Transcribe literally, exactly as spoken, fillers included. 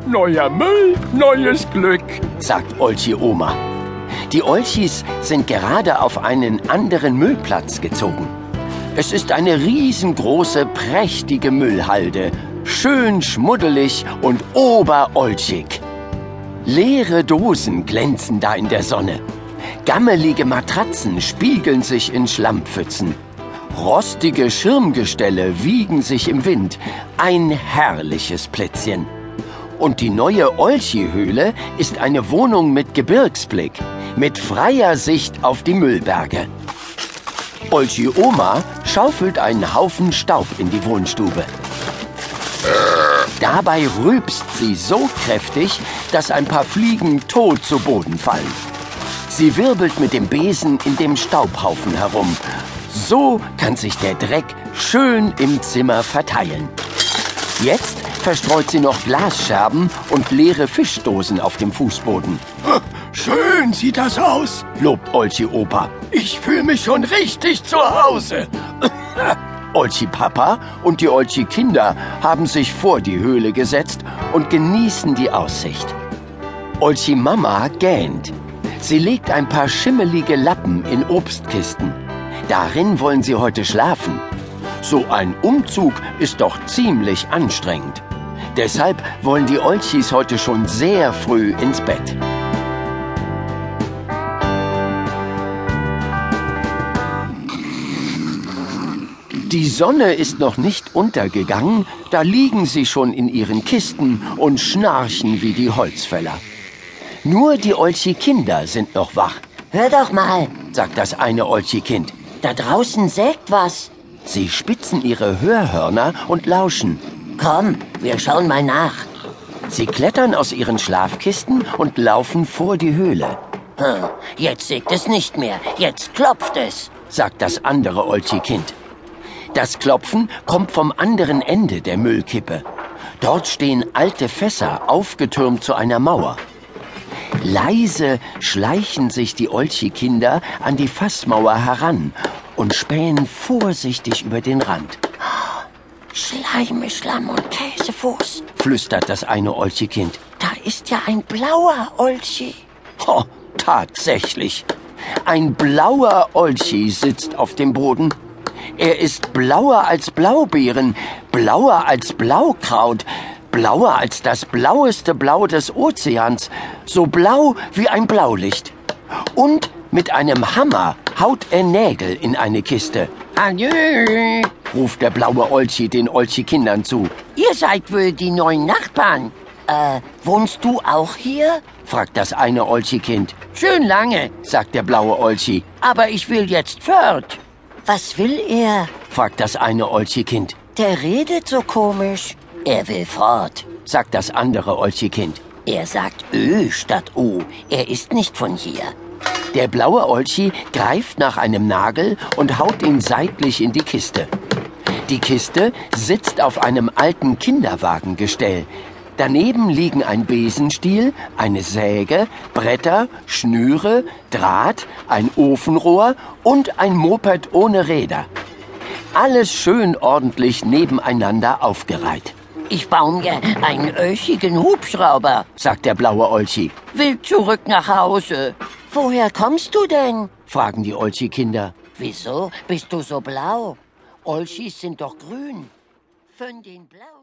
Neuer Müll, neues Glück, sagt Olchi Oma. Die Olchis sind gerade auf einen anderen Müllplatz gezogen. Es ist eine riesengroße, prächtige Müllhalde, schön schmuddelig und oberolchig. Leere Dosen glänzen da in der Sonne. Gammelige Matratzen spiegeln sich in Schlammpfützen. Rostige Schirmgestelle wiegen sich im Wind. Ein herrliches Plätzchen. Und die neue Olchi-Höhle ist eine Wohnung mit Gebirgsblick, mit freier Sicht auf die Müllberge. Olchi Oma schaufelt einen Haufen Staub in die Wohnstube. Dabei rülpst sie so kräftig, dass ein paar Fliegen tot zu Boden fallen. Sie wirbelt mit dem Besen in dem Staubhaufen herum. So kann sich der Dreck schön im Zimmer verteilen. Jetzt verstreut sie noch Glasscherben und leere Fischdosen auf dem Fußboden. Schön sieht das aus, lobt Olchi Opa. Ich fühle mich schon richtig zu Hause. Olchi Papa und die Olchi Kinder haben sich vor die Höhle gesetzt und genießen die Aussicht. Olchi Mama gähnt. Sie legt ein paar schimmelige Lappen in Obstkisten. Darin wollen sie heute schlafen. So ein Umzug ist doch ziemlich anstrengend. Deshalb wollen die Olchis heute schon sehr früh ins Bett. Die Sonne ist noch nicht untergegangen, da liegen sie schon in ihren Kisten und schnarchen wie die Holzfäller. Nur die Olchi-Kinder sind noch wach. Hör doch mal, sagt das eine Olchi-Kind. Da draußen sägt was. Sie spitzen ihre Hörhörner und lauschen. Komm, wir schauen mal nach. Sie klettern aus ihren Schlafkisten und laufen vor die Höhle. Hm, jetzt sägt es nicht mehr, jetzt klopft es, sagt das andere Olchi-Kind. Das Klopfen kommt vom anderen Ende der Müllkippe. Dort stehen alte Fässer, aufgetürmt zu einer Mauer. Leise schleichen sich die Olchi-Kinder an die Fassmauer heran und spähen vorsichtig über den Rand. Schleime, Schlamm und Käsefuß, flüstert das eine Olchi-Kind. Da ist ja ein blauer Olchi. Oh, tatsächlich. Ein blauer Olchi sitzt auf dem Boden. Er ist blauer als Blaubeeren, blauer als Blaukraut, blauer als das blaueste Blau des Ozeans, so blau wie ein Blaulicht. Und mit einem Hammer haut er Nägel in eine Kiste. Adieu, ruft der blaue Olchi den Olchi-Kindern zu. Ihr seid wohl die neuen Nachbarn. Äh, wohnst du auch hier? fragt das eine Olchi-Kind. Schön lange, sagt der blaue Olchi. Aber ich will jetzt fort. Was will er? fragt das eine Olchi-Kind. Der redet so komisch. Er will fort, sagt das andere Olchi-Kind. Er sagt Ö statt O. Er ist nicht von hier. Der blaue Olchi greift nach einem Nagel und haut ihn seitlich in die Kiste. Die Kiste sitzt auf einem alten Kinderwagengestell. Daneben liegen ein Besenstiel, eine Säge, Bretter, Schnüre, Draht, ein Ofenrohr und ein Moped ohne Räder. Alles schön ordentlich nebeneinander aufgereiht. Ich baue mir einen öchigen Hubschrauber, sagt der blaue Olchi. Will zurück nach Hause. Woher kommst du denn? fragen die Olchi-Kinder. Wieso bist du so blau? Olchis sind doch grün. Von den Blau